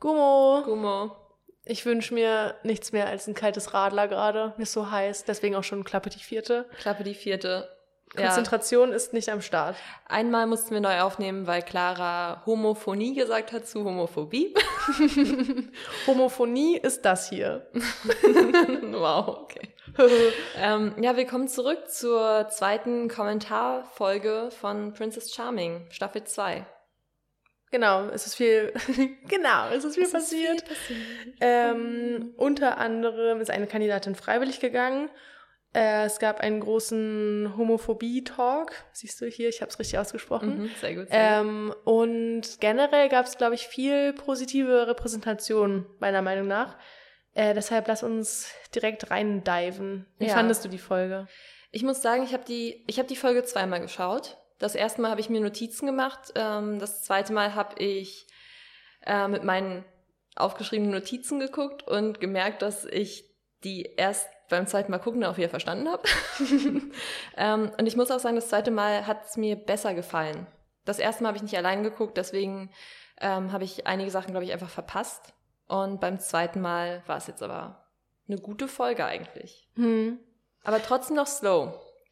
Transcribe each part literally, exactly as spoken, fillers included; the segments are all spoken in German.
Gummo. Gummo. Ich wünsche mir nichts mehr als ein kaltes Radler gerade. Mir ist so heiß, deswegen auch schon Klappe die vierte. Klappe die vierte. Konzentration ja. ist nicht am Start. Einmal mussten wir neu aufnehmen, weil Clara Homophonie gesagt hat zu Homophobie. Homophonie ist das hier. Wow, okay. ähm, ja, willkommen zurück zur zweiten Kommentarfolge von Princess Charming, Staffel zwei. Genau, es ist viel, genau, es ist viel es passiert. Ist viel passiert. Ähm, unter anderem ist eine Kandidatin freiwillig gegangen. Äh, es gab einen großen Homophobie-Talk. Siehst du hier, ich habe es richtig ausgesprochen. Mhm, sehr gut. Sehr ähm, gut. Und generell gab es, glaube ich, viel positive Repräsentation, meiner Meinung nach. Äh, deshalb lass uns direkt reindiven. Wie ja. fandest du die Folge? Ich muss sagen, ich habe die, ich hab die Folge zweimal geschaut. Das erste Mal habe ich mir Notizen gemacht. Ähm, das zweite Mal habe ich äh, mit meinen aufgeschriebenen Notizen geguckt und gemerkt, dass ich die erst beim zweiten Mal gucken auch wieder verstanden habe. ähm, und ich muss auch sagen, das zweite Mal hat es mir besser gefallen. Das erste Mal habe ich nicht allein geguckt, deswegen ähm, habe ich einige Sachen, glaube ich, einfach verpasst. Und beim zweiten Mal war es jetzt aber eine gute Folge eigentlich. Hm. Aber trotzdem noch slow.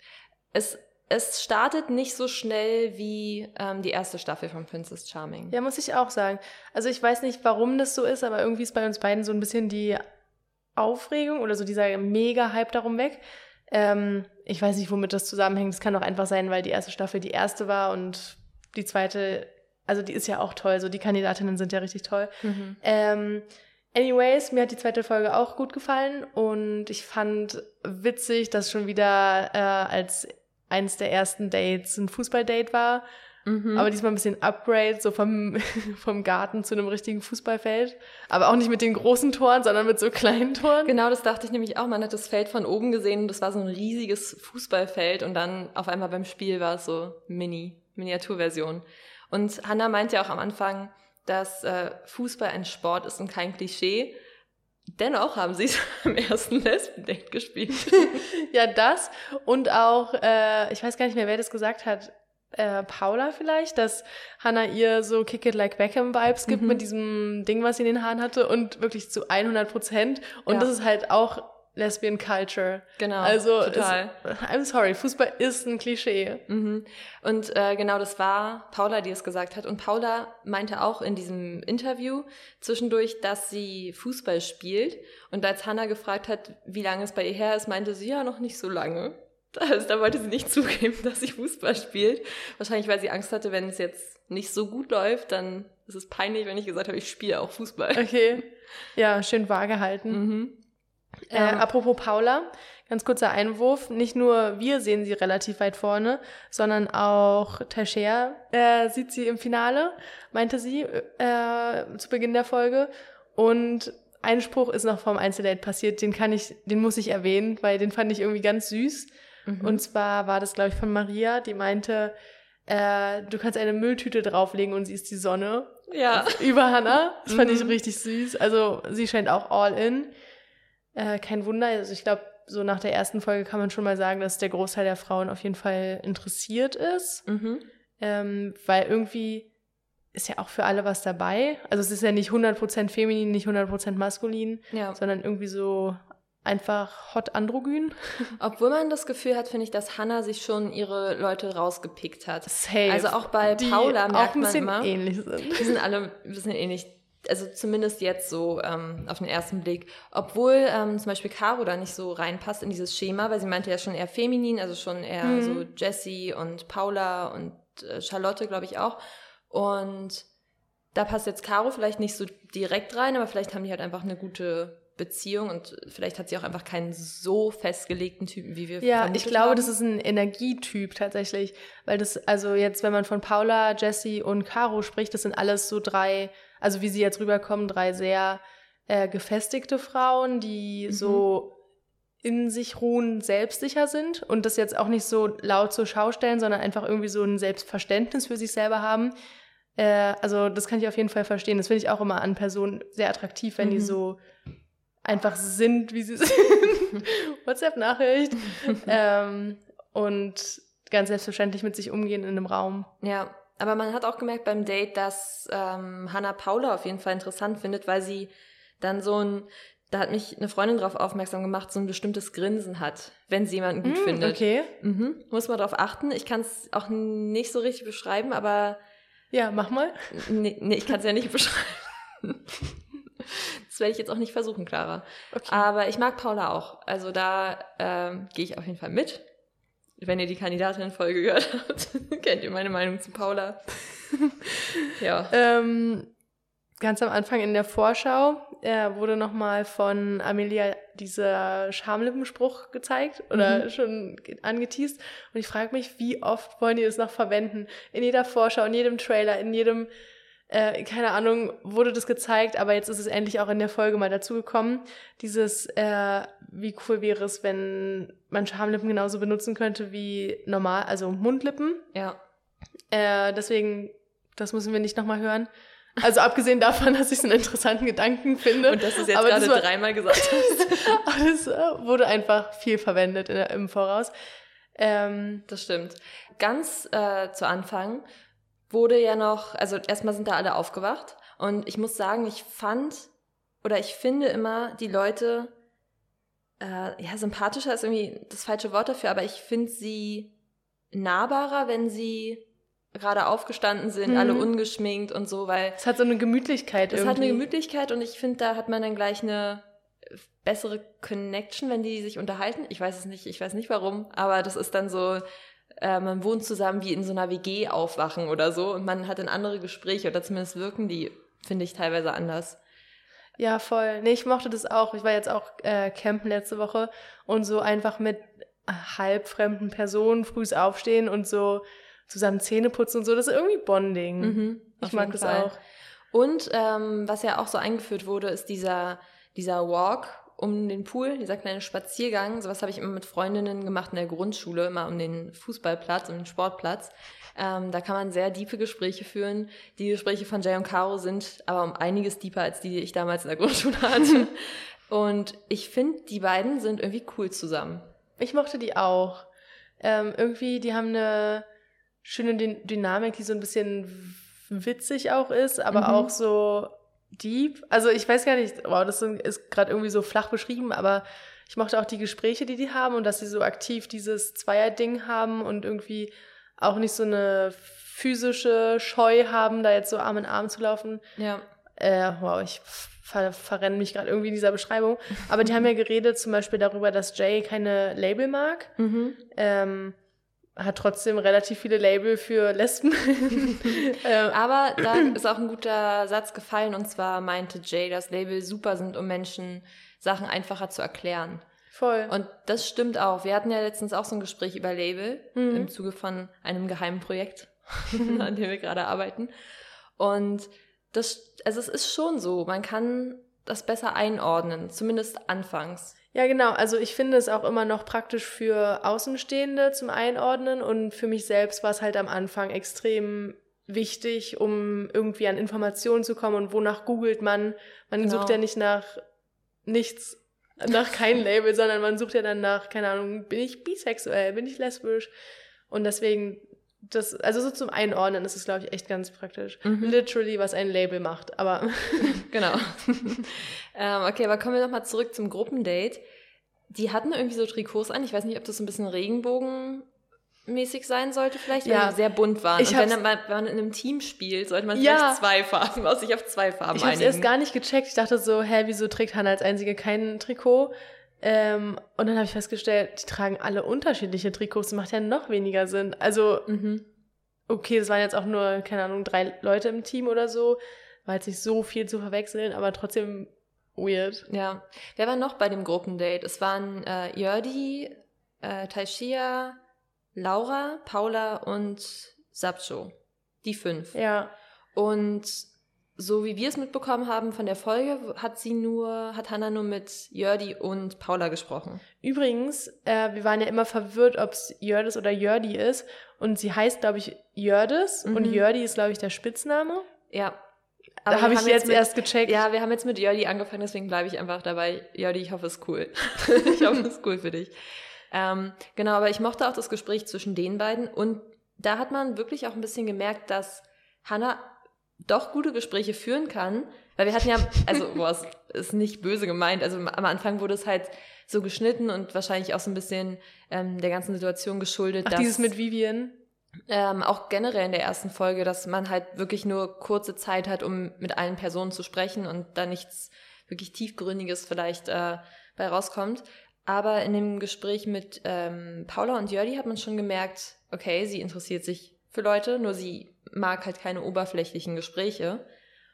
Es Es startet nicht so schnell wie ähm, die erste Staffel von Princess Charming. Ja, muss ich auch sagen. Also ich weiß nicht, warum das so ist, aber irgendwie ist bei uns beiden so ein bisschen die Aufregung oder so dieser Mega-Hype darum weg. Ähm, ich weiß nicht, womit das zusammenhängt. Es kann auch einfach sein, weil die erste Staffel die erste war und die zweite, also die ist ja auch toll. So die Kandidatinnen sind ja richtig toll. Mhm. Ähm, anyways, mir hat die zweite Folge auch gut gefallen und ich fand witzig, dass schon wieder äh, als eins der ersten Dates ein Fußballdate war. Mhm. Aber diesmal ein bisschen Upgrade, so vom, vom Garten zu einem richtigen Fußballfeld. Aber auch nicht mit den großen Toren, sondern mit so kleinen Toren. Genau, das dachte ich nämlich auch. Man hat das Feld von oben gesehen und das war so ein riesiges Fußballfeld und dann auf einmal beim Spiel war es so Mini, Miniaturversion. Und Hannah meinte ja auch am Anfang, dass äh, Fußball ein Sport ist und kein Klischee. Dennoch haben sie es am ersten Lesben-Date gespielt. Ja, das und auch, äh, ich weiß gar nicht mehr, wer das gesagt hat, äh, Paula vielleicht, dass Hannah ihr so Kick It Like Beckham-Vibes gibt mhm. mit diesem Ding, was sie in den Haaren hatte und wirklich zu hundert Prozent. Und ja. das ist halt auch Lesbian Culture. Genau, also total. Ist, I'm sorry, Fußball ist ein Klischee. Mhm. Und äh, genau, das war Paula, die es gesagt hat. Und Paula meinte auch in diesem Interview zwischendurch, dass sie Fußball spielt. Und als Hannah gefragt hat, wie lange es bei ihr her ist, meinte sie, ja, noch nicht so lange. Also, da wollte sie nicht zugeben, dass sie Fußball spielt. Wahrscheinlich, weil sie Angst hatte, wenn es jetzt nicht so gut läuft, dann ist es peinlich, wenn ich gesagt habe, ich spiele auch Fußball. Okay, ja, schön wahr gehalten. Mhm. Äh, ähm. Apropos Paula, ganz kurzer Einwurf. Nicht nur wir sehen sie relativ weit vorne, sondern auch Teixeira äh, sieht sie im Finale, meinte sie äh, zu Beginn der Folge. Und ein Spruch ist noch vom Einzeldate passiert, den kann ich, den muss ich erwähnen, weil den fand ich irgendwie ganz süß. Mhm. Und zwar war das, glaube ich, von Maria, die meinte, äh, du kannst eine Mülltüte drauflegen und sie ist die Sonne. Ja. Über Hannah. Das fand mhm. ich richtig süß. Also sie scheint auch all in. Äh, kein Wunder. Also ich glaube, so nach der ersten Folge kann man schon mal sagen, dass der Großteil der Frauen auf jeden Fall interessiert ist. Mhm. Ähm, weil irgendwie ist ja auch für alle was dabei. Also es ist ja nicht hundert Prozent feminin, nicht hundert Prozent maskulin, ja. sondern irgendwie so einfach hot androgyn. Obwohl man das Gefühl hat, finde ich, dass Hannah sich schon ihre Leute rausgepickt hat. Safe. Also auch bei die Paula merkt auch ein man bisschen immer, ähnlich sind. Die sind alle ein bisschen ähnlich. Also zumindest jetzt so ähm, auf den ersten Blick. Obwohl ähm, zum Beispiel Caro da nicht so reinpasst in dieses Schema, weil sie meinte ja schon eher feminin, also schon eher mhm. so Jessie und Paula und äh, Charlotte, glaube ich auch. Und da passt jetzt Caro vielleicht nicht so direkt rein, aber vielleicht haben die halt einfach eine gute Beziehung und vielleicht hat sie auch einfach keinen so festgelegten Typen, wie wir Ja, ich glaube, haben. Das ist ein Energietyp tatsächlich, weil das, also jetzt, wenn man von Paula, Jessie und Caro spricht, das sind alles so drei, also wie sie jetzt rüberkommen, drei sehr äh, gefestigte Frauen, die mhm. so in sich ruhen, selbstsicher sind und das jetzt auch nicht so laut zur Schau stellen, sondern einfach irgendwie so ein Selbstverständnis für sich selber haben. Äh, also das kann ich auf jeden Fall verstehen. Das finde ich auch immer an Personen sehr attraktiv, wenn mhm. die so einfach sind, wie sie sind. WhatsApp-Nachricht. ähm, und ganz selbstverständlich mit sich umgehen in einem Raum. Ja, aber man hat auch gemerkt beim Date, dass ähm, Hannah Paula auf jeden Fall interessant findet, weil sie dann so ein, da hat mich eine Freundin drauf aufmerksam gemacht, so ein bestimmtes Grinsen hat, wenn sie jemanden gut mm, findet. Okay. Mhm. Muss man darauf achten. Ich kann es auch nicht so richtig beschreiben, aber... Ja, mach mal. Nee, nee ich kann es ja nicht beschreiben. Das werde ich jetzt auch nicht versuchen, Clara. Okay. Aber ich mag Paula auch. Also da ähm, gehe ich auf jeden Fall mit. Wenn ihr die Kandidatin-Folge gehört habt, kennt ihr meine Meinung zu Paula. Ja. Ähm, ganz am Anfang in der Vorschau äh, wurde nochmal von Amelia dieser Schamlippenspruch gezeigt oder mhm. schon angeteast. Und ich frage mich, wie oft wollen die das noch verwenden? In jeder Vorschau, in jedem Trailer, in jedem, äh, keine Ahnung, wurde das gezeigt, aber jetzt ist es endlich auch in der Folge mal dazugekommen. Dieses, äh, wie cool wäre es, wenn man Schamlippen genauso benutzen könnte wie normal, also Mundlippen. Ja. Äh, deswegen, das müssen wir nicht nochmal hören. Also abgesehen davon, dass ich es einen interessanten Gedanken finde. Und dass du es jetzt aber gerade war, dreimal gesagt hast. Aber es äh, wurde einfach viel verwendet in, im Voraus. Ähm, das stimmt. Ganz äh, zu Anfang wurde ja noch, also erstmal sind da alle aufgewacht. Und ich muss sagen, ich fand, oder ich finde immer, die Leute, äh, ja, sympathischer ist irgendwie das falsche Wort dafür, aber ich finde sie nahbarer, wenn sie gerade aufgestanden sind, mhm. alle ungeschminkt und so, weil... Es hat so eine Gemütlichkeit es irgendwie. Es hat eine Gemütlichkeit und ich finde, da hat man dann gleich eine bessere Connection, wenn die sich unterhalten. Ich weiß es nicht, ich weiß nicht warum, aber das ist dann so, äh, man wohnt zusammen wie in so einer W G aufwachen oder so und man hat dann andere Gespräche oder zumindest wirken die, finde ich, teilweise anders. Ja, voll. Nee, ich mochte das auch. Ich war jetzt auch äh, campen letzte Woche und so einfach mit halb fremden Personen frühs aufstehen und so zusammen Zähne putzen und so, das ist irgendwie Bonding. Mhm, ich mag das Fall. auch. Und ähm, was ja auch so eingeführt wurde, ist dieser, dieser Walk um den Pool, dieser kleine Spaziergang. Sowas habe ich immer mit Freundinnen gemacht in der Grundschule, immer um den Fußballplatz, um den Sportplatz. Ähm, da kann man sehr tiefe Gespräche führen. Die Gespräche von Jay und Caro sind aber um einiges tiefer als die, die ich damals in der Grundschule hatte. Und ich finde, die beiden sind irgendwie cool zusammen. Ich mochte die auch. Ähm, irgendwie, die haben eine schöne D- Dynamik, die so ein bisschen witzig auch ist, aber mhm. auch so deep. Also ich weiß gar nicht, wow, das ist gerade irgendwie so flach beschrieben, aber ich mochte auch die Gespräche, die die haben und dass sie so aktiv dieses Zweier-Ding haben und irgendwie auch nicht so eine physische Scheu haben, da jetzt so Arm in Arm zu laufen. Ja. Äh, wow, ich ver- verrenne mich gerade irgendwie in dieser Beschreibung. Aber die haben ja geredet zum Beispiel darüber, dass Jay keine Label mag. Mhm. Ähm, hat trotzdem relativ viele Label für Lesben. ähm, Aber da ist auch ein guter Satz gefallen, und zwar meinte Jay, dass Label super sind, um Menschen Sachen einfacher zu erklären. Voll. Und das stimmt auch. Wir hatten ja letztens auch so ein Gespräch über Label mhm. im Zuge von einem geheimen Projekt, an dem wir gerade arbeiten. Und das, also es ist schon so, man kann das besser einordnen, zumindest anfangs. Ja, genau. Also ich finde es auch immer noch praktisch für Außenstehende zum Einordnen und für mich selbst war es halt am Anfang extrem wichtig, um irgendwie an Informationen zu kommen und wonach googelt man. Man genau. sucht ja nicht nach nichts, nach keinem Label, sondern man sucht ja dann nach, keine Ahnung, bin ich bisexuell, bin ich lesbisch? Und deswegen, das, also so zum Einordnen ist es, glaube ich, echt ganz praktisch. Mhm. Literally, was ein Label macht, aber... Genau. ähm, okay, aber kommen wir nochmal zurück zum Gruppendate. Die hatten irgendwie so Trikots an. Ich weiß nicht, ob das so ein bisschen regenbogenmäßig sein sollte vielleicht, weil ja. die sehr bunt waren. Ich Und wenn man, wenn man in einem Team spielt, sollte man vielleicht ja. zwei Farben, aus sich auf zwei Farben ich einigen. Ich habe es erst gar nicht gecheckt. Ich dachte so, hä, wieso trägt Hannah als Einzige kein Trikot? Ähm, und dann habe ich festgestellt, die tragen alle unterschiedliche Trikots. Das macht ja noch weniger Sinn. Also, mhm. okay, das waren jetzt auch nur, keine Ahnung, drei Leute im Team oder so. War jetzt nicht so viel zu verwechseln, aber trotzdem weird. Ja. Wer war noch bei dem Gruppendate? Es waren äh, Jördi, äh, Taishia, Laura, Paula und Sabcho. Die fünf. Ja. Und so wie wir es mitbekommen haben von der Folge, hat sie nur, hat Hannah nur mit Jördi und Paula gesprochen. Übrigens, äh, wir waren ja immer verwirrt, ob es Jördis oder Jördi ist. Und sie heißt, glaube ich, Jördis. Mhm. Und Jördi ist, glaube ich, der Spitzname. Ja. Aber da habe ich jetzt, jetzt mit, erst gecheckt. Ja, wir haben jetzt mit Jördi angefangen, deswegen bleibe ich einfach dabei. Jördi, ich hoffe, es ist cool. Ich hoffe, es ist cool für dich. Ähm, genau, aber ich mochte auch das Gespräch zwischen den beiden und da hat man wirklich auch ein bisschen gemerkt, dass Hannah doch gute Gespräche führen kann, weil wir hatten ja, also boah, es ist nicht böse gemeint, also am Anfang wurde es halt so geschnitten und wahrscheinlich auch so ein bisschen ähm, der ganzen Situation geschuldet. Ach, dass, dieses mit Vivian? Ähm, auch generell in der ersten Folge, dass man halt wirklich nur kurze Zeit hat, um mit allen Personen zu sprechen und da nichts wirklich Tiefgründiges vielleicht äh, bei rauskommt. Aber in dem Gespräch mit ähm, Paula und Jördi hat man schon gemerkt, okay, sie interessiert sich für Leute, nur sie mag halt keine oberflächlichen Gespräche.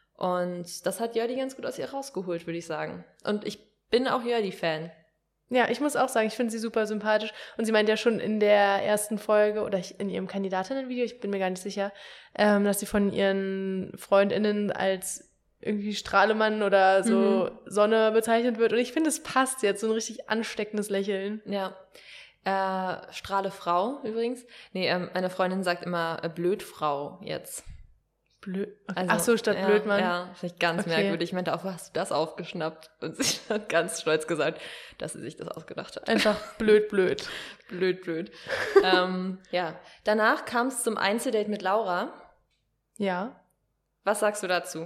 Und das hat Jördi ganz gut aus ihr rausgeholt, würde ich sagen. Und ich bin auch Jördi-Fan. Ja, ich muss auch sagen, ich finde sie super sympathisch. Und sie meint ja schon in der ersten Folge oder in ihrem Kandidatinnenvideo, ich bin mir gar nicht sicher, ähm, dass sie von ihren FreundInnen als irgendwie Strahlemann oder so mhm. Sonne bezeichnet wird. Und ich finde, es passt jetzt, so ein richtig ansteckendes Lächeln. Ja. Äh, Strahlefrau übrigens. Nee, ähm, meine Freundin sagt immer äh, Blödfrau jetzt. Blöd. Okay. Also, Ach so, statt ja, Blödmann. Ja, finde ich ganz okay. merkwürdig. Ich meinte auch, wo hast du das aufgeschnappt? Und sie hat ganz stolz gesagt, dass sie sich das ausgedacht hat. Einfach blöd, blöd. blöd, blöd. ähm, ja, danach kam es zum Einzeldate mit Laura. Ja. Was sagst du dazu?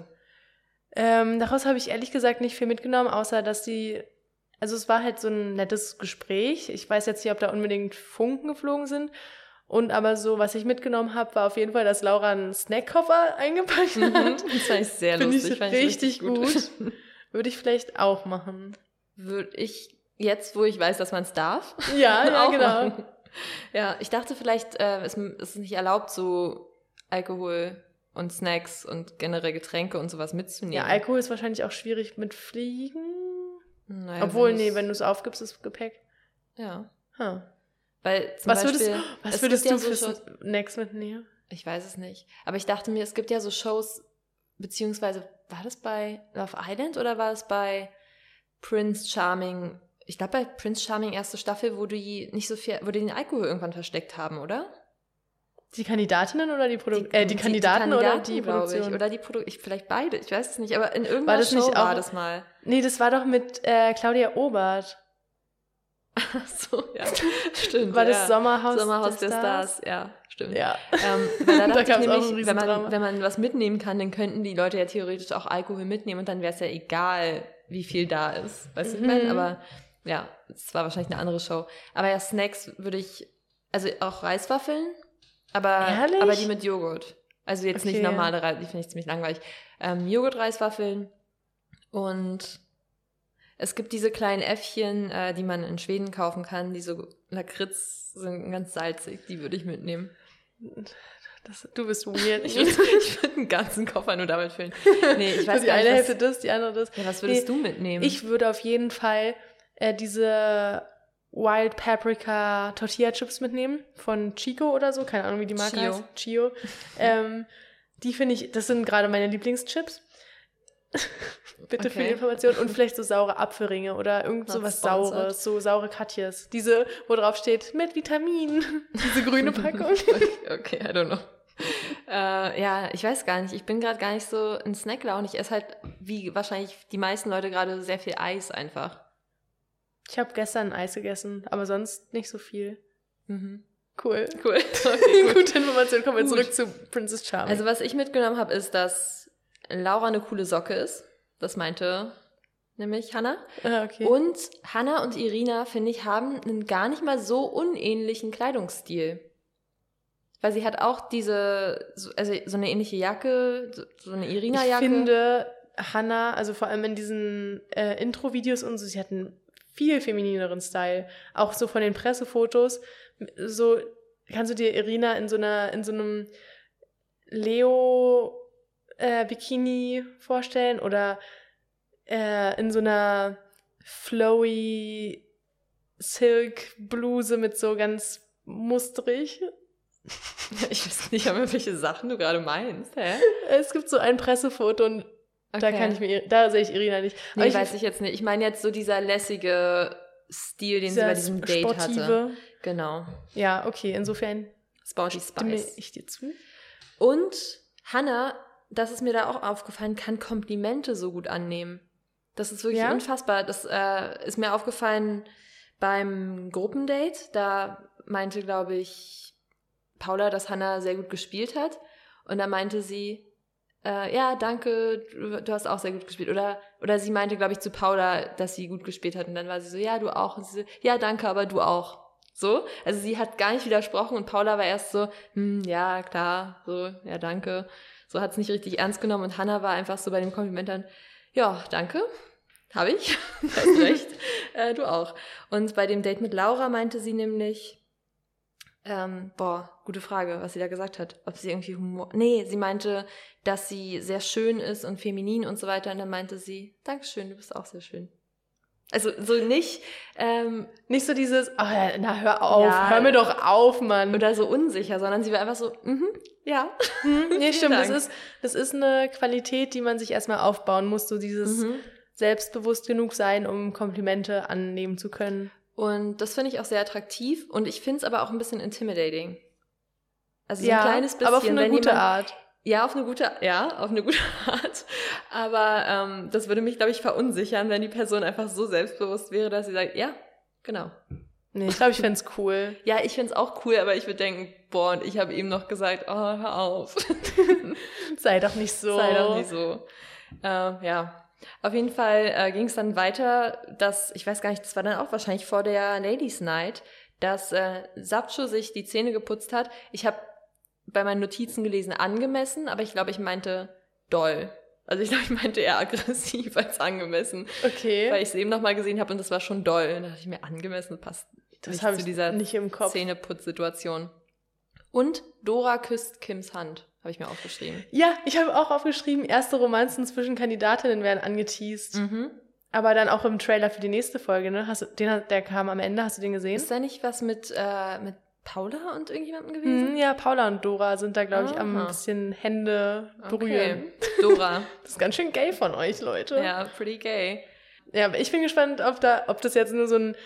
Ähm, daraus habe ich ehrlich gesagt nicht viel mitgenommen, außer dass sie, also es war halt so ein nettes Gespräch. Ich weiß jetzt nicht, ob da unbedingt Funken geflogen sind. Und aber so, was ich mitgenommen habe, war auf jeden Fall, dass Laura einen Snackkoffer eingepackt mhm, hat. Das fand ich sehr Find lustig. Ich fand richtig, ich richtig gut. gut. Würde ich vielleicht auch machen. Würde ich jetzt, wo ich weiß, dass man es darf, ja, ja, auch genau. machen. Ja, ich dachte vielleicht, äh, es ist nicht erlaubt, so Alkohol und Snacks und generell Getränke und sowas mitzunehmen. Ja, Alkohol ist wahrscheinlich auch schwierig mit Fliegen. Naja, Obwohl, nee, wenn du es aufgibst, ist Gepäck. Ja. Huh. Weil zum was Beispiel, würdest, was würdest du ja für so Snacks mitnehmen? Ich weiß es nicht. Aber ich dachte mir, es gibt ja so Shows, beziehungsweise war das bei Love Island oder war es bei Prince Charming? Ich glaube bei Prince Charming erste Staffel, wo die nicht so viel, wo die den Alkohol irgendwann versteckt haben, oder? Die Kandidatinnen oder die Produktion? Die, äh, die, die, Kandidaten, die Kandidaten oder die glaube Produktion? ich. Oder die Produktion. Vielleicht beide, ich weiß es nicht. Aber in irgendeiner war das Show nicht auch, war das mal. Nee, das war doch mit äh, Claudia Obert. Ach so, ja, stimmt. War das ja. Sommerhaus, Sommerhaus der, der Stars? Stars? Ja, stimmt. Ja. Ähm, weil da dachte da ich nämlich, wenn man, man, wenn man was mitnehmen kann, dann könnten die Leute ja theoretisch auch Alkohol mitnehmen und dann wäre es ja egal, wie viel da ist. Weißt du, mhm. ich meine? Aber ja, es war wahrscheinlich eine andere Show. Aber ja, Snacks würde ich, also auch Reiswaffeln, aber, Ehrlich? aber die mit Joghurt. Also jetzt okay. nicht normale Reis, die finde ich ziemlich langweilig. Ähm, Joghurt-Reiswaffeln und es gibt diese kleinen Äffchen, äh, die man in Schweden kaufen kann, die so Lakritz sind, ganz salzig, die würde ich mitnehmen. Das, du bist weird. Ich würde würd einen ganzen Koffer nur damit füllen. Nee, ich weiß die gar eine nicht, Hälfte das, die andere das. Ja, was würdest nee, du mitnehmen? Ich würde auf jeden Fall äh, diese Wild Paprika Tortilla Chips mitnehmen von Chico oder so, keine Ahnung, wie die Marke Chio. heißt. Chio. ähm, die finde ich, das sind gerade meine Lieblingschips. Bitte okay. für die Information. Und vielleicht so saure Apfelringe oder irgend so was Saures, so saure Katjes. Diese, wo drauf steht, mit Vitaminen. Diese grüne Packung. okay, okay, I don't know. Äh, ja, ich weiß gar nicht. Ich bin gerade gar nicht so in Snacklaune. Ich esse halt, wie wahrscheinlich die meisten Leute gerade, sehr viel Eis einfach. Ich habe gestern Eis gegessen, aber sonst nicht so viel. Mhm. Cool. Cool. Okay, gut. Gute Information. Kommen wir Gut. zurück zu Princess Charming. Also was ich mitgenommen habe, ist, dass Laura eine coole Socke ist. Das meinte nämlich Hannah. Ah, okay. Und Hannah und Irina, finde ich, haben einen gar nicht mal so unähnlichen Kleidungsstil. Weil sie hat auch diese, so, also so eine ähnliche Jacke, so, so eine Irina-Jacke. Ich finde, Hannah, also vor allem in diesen äh, Intro-Videos und so, sie hat einen viel feminineren Style. Auch so von den Pressefotos. So kannst du dir Irina in so einer, in so einem Leo äh, Bikini vorstellen oder äh, in so einer flowy Silk Bluse mit so ganz mustrig. Ich weiß nicht, aber welche Sachen du gerade meinst, hä? Es gibt so ein Pressefoto und Okay. da kann ich mir, da sehe ich Irina nicht. Nee, Aber ich weiß ich jetzt nicht. Ich meine jetzt so dieser lässige Stil, den sie bei diesem Date sportive. hatte. Genau. Ja, okay, insofern Sporty stimme Spice. ich dir zu. Und Hannah, das ist mir da auch aufgefallen, kann Komplimente so gut annehmen. Das ist wirklich Ja? unfassbar. Das äh, ist mir aufgefallen beim Gruppendate. Da meinte, glaube ich, Paula, dass Hannah sehr gut gespielt hat. Und dann meinte sie, äh, ja, danke, du, du hast auch sehr gut gespielt. Oder, oder sie meinte, glaube ich, zu Paula, dass sie gut gespielt hat. Und dann war sie so, ja, du auch. Und sie so, ja, danke, aber du auch. So, also sie hat gar nicht widersprochen und Paula war erst so, hm, ja, klar, so, ja, danke. So hat es nicht richtig ernst genommen und Hannah war einfach so bei dem Kompliment dann, ja, danke, habe ich, hast recht, äh, du auch. Und bei dem Date mit Laura meinte sie nämlich, ähm, boah, gute Frage, was sie da gesagt hat, ob sie irgendwie Humor, nee, sie meinte, dass sie sehr schön ist und feminin und so weiter und dann meinte sie, Dankeschön, du bist auch sehr schön. Also so nicht... Ähm, nicht so dieses, oh, na hör auf, ja, hör mir doch auf, Mann. Oder so unsicher, sondern sie war einfach so, mhm, ja. Hm, nee, stimmt, das ist, das ist eine Qualität, die man sich erstmal aufbauen muss, so dieses mhm. selbstbewusst genug sein, um Komplimente annehmen zu können. Und das finde ich auch sehr attraktiv und ich finde es aber auch ein bisschen intimidating. Also so ja, ein kleines bisschen. Aber auf eine wenn gute jemand, Art. Ja, auf eine gute, ja, auf eine gute Art. Aber ähm, das würde mich, glaube ich, verunsichern, wenn die Person einfach so selbstbewusst wäre, dass sie sagt, ja, genau. Nee, ich glaube, ich fände es cool. Ja, ich fände es auch cool, aber ich würde denken, boah, und ich habe eben noch gesagt, oh, hör auf. Sei doch nicht so. Sei doch nicht so. Äh, ja, auf jeden Fall äh, ging es dann weiter, dass, ich weiß gar nicht, das war dann auch wahrscheinlich vor der Ladies Night, dass äh, Sabcho sich die Zähne geputzt hat. Ich habe bei meinen Notizen gelesen, angemessen, aber ich glaube, ich meinte doll. Also ich glaube, ich meinte eher aggressiv als angemessen. Okay. Weil ich es eben nochmal gesehen habe und das war schon doll. Und da dachte ich mir, angemessen passt das nicht zu dieser nicht im Kopf. Zähneputzsituation. Und Dora küsst Kims Hand, habe ich mir aufgeschrieben. Ja, ich habe auch aufgeschrieben, erste Romanzen zwischen Kandidatinnen werden angeteased. Mhm. Aber dann auch im Trailer für die nächste Folge, ne? Hast du, den, der kam am Ende, hast du den gesehen? Ist da nicht was mit, äh, mit Paula und irgendjemandem gewesen? Hm, ja, Paula und Dora sind da, glaube ich, am ein bisschen Hände berühren. Okay. Dora. Das ist ganz schön gay von euch, Leute. Ja, pretty gay. Ja, aber ich bin gespannt, ob, da, ob das jetzt nur so ein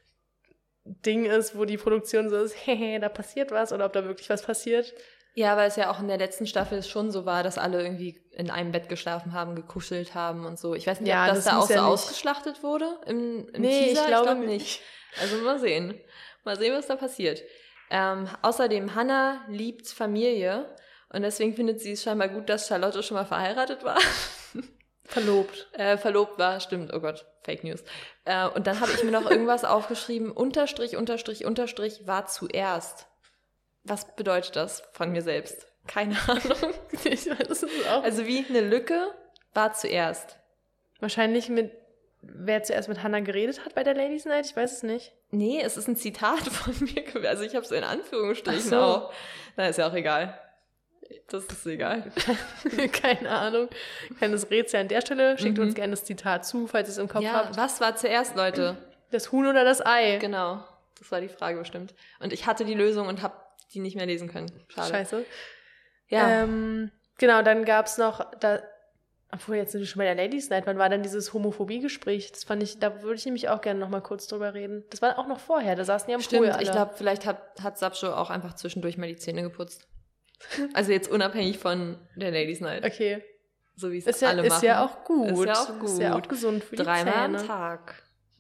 Ding ist, wo die Produktion so ist, hehe, da passiert was, oder ob da wirklich was passiert. Ja, weil es ja auch in der letzten Staffel schon so war, dass alle irgendwie in einem Bett geschlafen haben, gekuschelt haben und so. Ich weiß nicht, ja, ob das, das da auch ja so nicht ausgeschlachtet wurde im, im nee, Teaser. ich glaube, ich glaube nicht. Also mal sehen. Mal sehen, was da passiert. Ähm, außerdem, Hannah liebt Familie und deswegen findet sie es scheinbar gut, dass Charlotte schon mal verheiratet war. Verlobt. Äh, verlobt war, stimmt, oh Gott, Fake News. Äh, und dann habe ich mir noch irgendwas aufgeschrieben, Unterstrich, Unterstrich, Unterstrich war zuerst. Was bedeutet das von mir selbst? Keine Ahnung. Ich weiß es auch. Also wie eine Lücke war zuerst. Wahrscheinlich mit, wer zuerst mit Hannah geredet hat bei der Ladies Night, ich weiß es nicht. Nee, es ist ein Zitat von mir gewesen. Also ich habe es in Anführungsstrichen so. auch. Na, ist ja auch egal. Das ist egal. Keine Ahnung. Kleines Rätsel an der Stelle. Schickt mhm. uns gerne das Zitat zu, falls ihr es im Kopf ja, habt. Was war zuerst, Leute? Das Huhn oder das Ei? Genau. Das war die Frage bestimmt. Und ich hatte die Lösung und habe die nicht mehr lesen können. Schade. Scheiße. Ja. Ähm, genau, dann gab es noch, da, obwohl jetzt sind wir schon bei der Ladies Night, wann war dann dieses Homophobie-Gespräch? Das fand ich, da würde ich nämlich auch gerne noch mal kurz drüber reden. Das war auch noch vorher, da saßen die am Stimmt, Pool alle. Ich glaube, vielleicht hat, hat Sabcho auch einfach zwischendurch mal die Zähne geputzt. Also jetzt unabhängig von der Ladies Night. Okay. So wie es ist ja, alle ist machen. Ja auch gut. Ist ja auch gut. Ist ja auch gesund für die Dreimal Zähne. am Tag.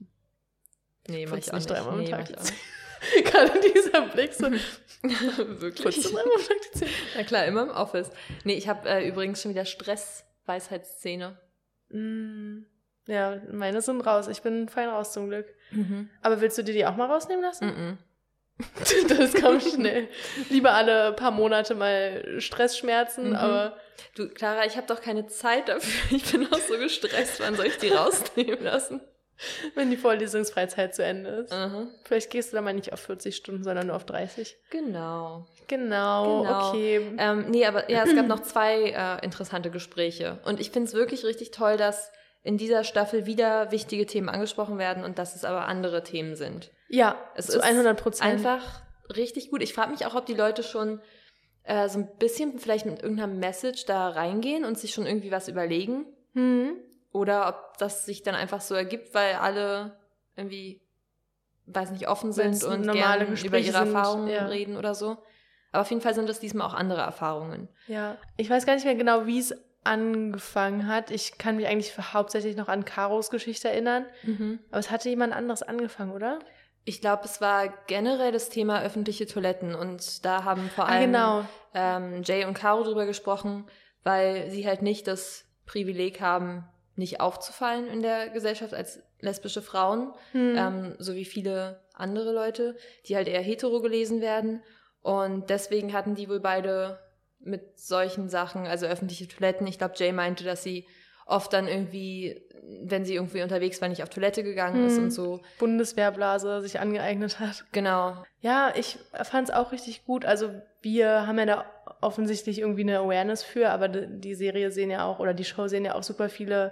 Nee, mach ich auch nicht. Dreimal am nee, Tag. Mach ich auch. Gerade dieser Blick so. Wirklich? Dreimal am Tag die Zähne. Na klar, immer im Office. Nee, ich habe äh, übrigens schon wieder Stress-Weisheitszähne. Mm, ja, meine sind raus. Ich bin fein raus zum Glück. Mhm. Aber willst du dir die auch mal rausnehmen lassen? Mhm. Das kam schnell. Lieber alle paar Monate mal Stressschmerzen, mhm. aber... Du, Clara, ich habe doch keine Zeit dafür. Ich bin auch so gestresst. Wann soll ich die rausnehmen lassen? Wenn die Vorlesungsfreizeit zu Ende ist. Mhm. Vielleicht gehst du dann mal nicht auf vierzig Stunden, sondern nur auf dreißig. Genau. Genau, genau. okay. Ähm, nee, aber ja, es gab noch zwei äh, interessante Gespräche. Und ich finde es wirklich richtig toll, dass in dieser Staffel wieder wichtige Themen angesprochen werden und dass es aber andere Themen sind. Ja, es zu ist hundert Prozent. Einfach richtig gut. Ich frage mich auch, ob die Leute schon äh, so ein bisschen vielleicht mit irgendeiner Message da reingehen und sich schon irgendwie was überlegen. Mhm. Oder ob das sich dann einfach so ergibt, weil alle irgendwie, weiß nicht, offen sind Wenn's und normale gerne Gespräche über ihre sind, Erfahrungen ja. reden oder so. Aber auf jeden Fall sind das diesmal auch andere Erfahrungen. Ja, ich weiß gar nicht mehr genau, wie es angefangen hat. Ich kann mich eigentlich hauptsächlich noch an Karos Geschichte erinnern. Mhm. Aber es hatte jemand anderes angefangen, oder? Ich glaube, es war generell das Thema öffentliche Toiletten und da haben vor allem ah, genau. ähm, Jay und Caro drüber gesprochen, weil sie halt nicht das Privileg haben, nicht aufzufallen in der Gesellschaft als lesbische Frauen, Hm. ähm, so wie viele andere Leute, die halt eher hetero gelesen werden. Und deswegen hatten die wohl beide mit solchen Sachen, also öffentliche Toiletten, ich glaube, Jay meinte, dass sie oft dann irgendwie, wenn sie irgendwie unterwegs war, nicht auf Toilette gegangen hm. ist und so. Bundeswehrblase sich angeeignet hat. Genau. Ja, ich fand es auch richtig gut. Also wir haben ja da offensichtlich irgendwie eine Awareness für, aber die Serie sehen ja auch, oder die Show sehen ja auch super viele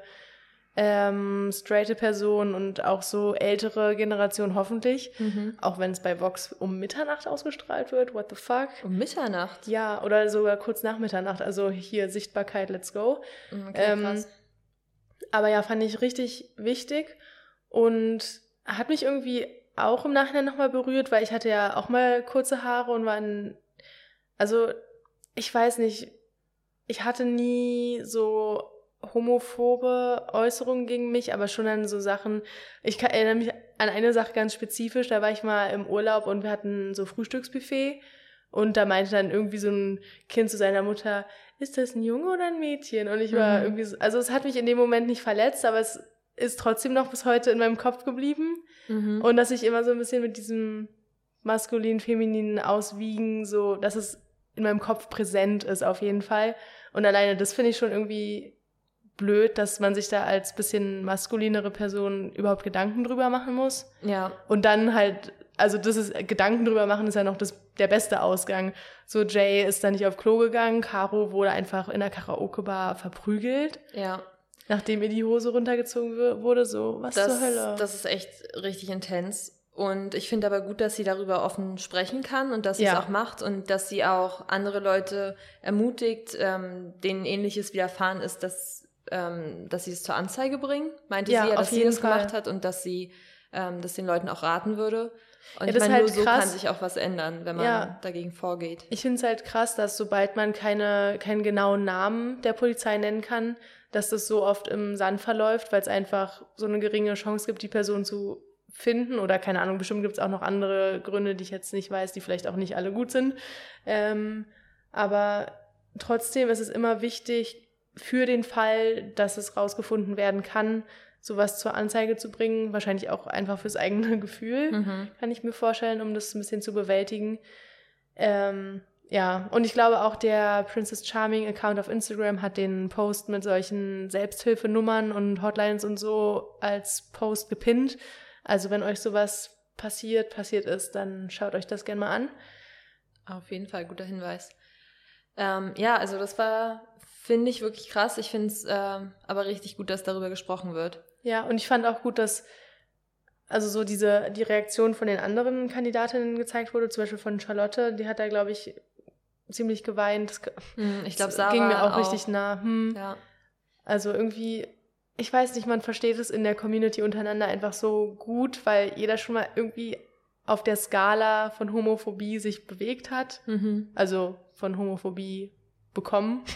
ähm, straighte Personen und auch so ältere Generationen hoffentlich. Mhm. Auch wenn es bei Vox um Mitternacht ausgestrahlt wird. What the fuck? Um Mitternacht? Ja, oder sogar kurz nach Mitternacht. Also hier Sichtbarkeit, let's go. Okay, ähm, krass. Aber ja, fand ich richtig wichtig und hat mich irgendwie auch im Nachhinein nochmal berührt, weil ich hatte ja auch mal kurze Haare und war in, also ich weiß nicht, ich hatte nie so homophobe Äußerungen gegen mich, aber schon an so Sachen, ich kann, erinnere mich an eine Sache ganz spezifisch, da war ich mal im Urlaub und wir hatten so Frühstücksbuffet und da meinte dann irgendwie so ein Kind zu seiner Mutter, ist das ein Junge oder ein Mädchen? Und ich war Mhm. irgendwie so, also es hat mich in dem Moment nicht verletzt, aber es ist trotzdem noch bis heute in meinem Kopf geblieben. Mhm. Und dass ich immer so ein bisschen mit diesem maskulin, femininen Auswiegen, so, dass es in meinem Kopf präsent ist auf jeden Fall. Und alleine das finde ich schon irgendwie blöd, dass man sich da als bisschen maskulinere Person überhaupt Gedanken drüber machen muss. Ja. Und dann halt, also das ist, Gedanken drüber machen ist ja noch das, der beste Ausgang. So, Jay ist da nicht auf Klo gegangen, Caro wurde einfach in der Karaoke-Bar verprügelt. Ja. Nachdem ihr die Hose runtergezogen wurde, so, was Das, zur Hölle? das ist echt richtig intens. Und ich finde aber gut, dass sie darüber offen sprechen kann und dass sie Ja. es auch macht und dass sie auch andere Leute ermutigt, ähm, denen Ähnliches widerfahren ist, dass, ähm, dass sie es zur Anzeige bringen. Meinte Ja, sie ja, auf dass sie jeden das Fall. gemacht hat und dass sie ähm, das den Leuten auch raten würde. Und Ja, ich das ist meine, halt nur so krass. kann sich auch was ändern, wenn man Ja. dagegen vorgeht. Ich finde es halt krass, dass sobald man keine, keinen genauen Namen der Polizei nennen kann, dass das so oft im Sand verläuft, weil es einfach so eine geringe Chance gibt, die Person zu finden. Oder keine Ahnung, bestimmt gibt es auch noch andere Gründe, die ich jetzt nicht weiß, die vielleicht auch nicht alle gut sind. Ähm, aber trotzdem ist es immer wichtig, für den Fall, dass es rausgefunden werden kann, sowas zur Anzeige zu bringen. Wahrscheinlich auch einfach fürs eigene Gefühl, Mhm. kann ich mir vorstellen, um das ein bisschen zu bewältigen. Ähm, ja, und ich glaube auch der Princess Charming Account auf Instagram hat den Post mit solchen Selbsthilfenummern und Hotlines und so als Post gepinnt. Also wenn euch sowas passiert, passiert ist, dann schaut euch das gerne mal an. Auf jeden Fall, guter Hinweis. Ähm, ja, also das war, finde ich, wirklich krass. Ich finde es ähm, aber richtig gut, dass darüber gesprochen wird. Ja, und ich fand auch gut, dass also so diese die Reaktion von den anderen Kandidatinnen gezeigt wurde, zum Beispiel von Charlotte, die hat da, glaube ich, ziemlich geweint. Das, Hm, ich glaube, das Sarah ging mir auch, auch richtig nah. Hm. Ja. Also irgendwie, ich weiß nicht, man versteht es in der Community untereinander einfach so gut, weil jeder schon mal irgendwie auf der Skala von Homophobie sich bewegt hat. Mhm. Also von Homophobie bekommen.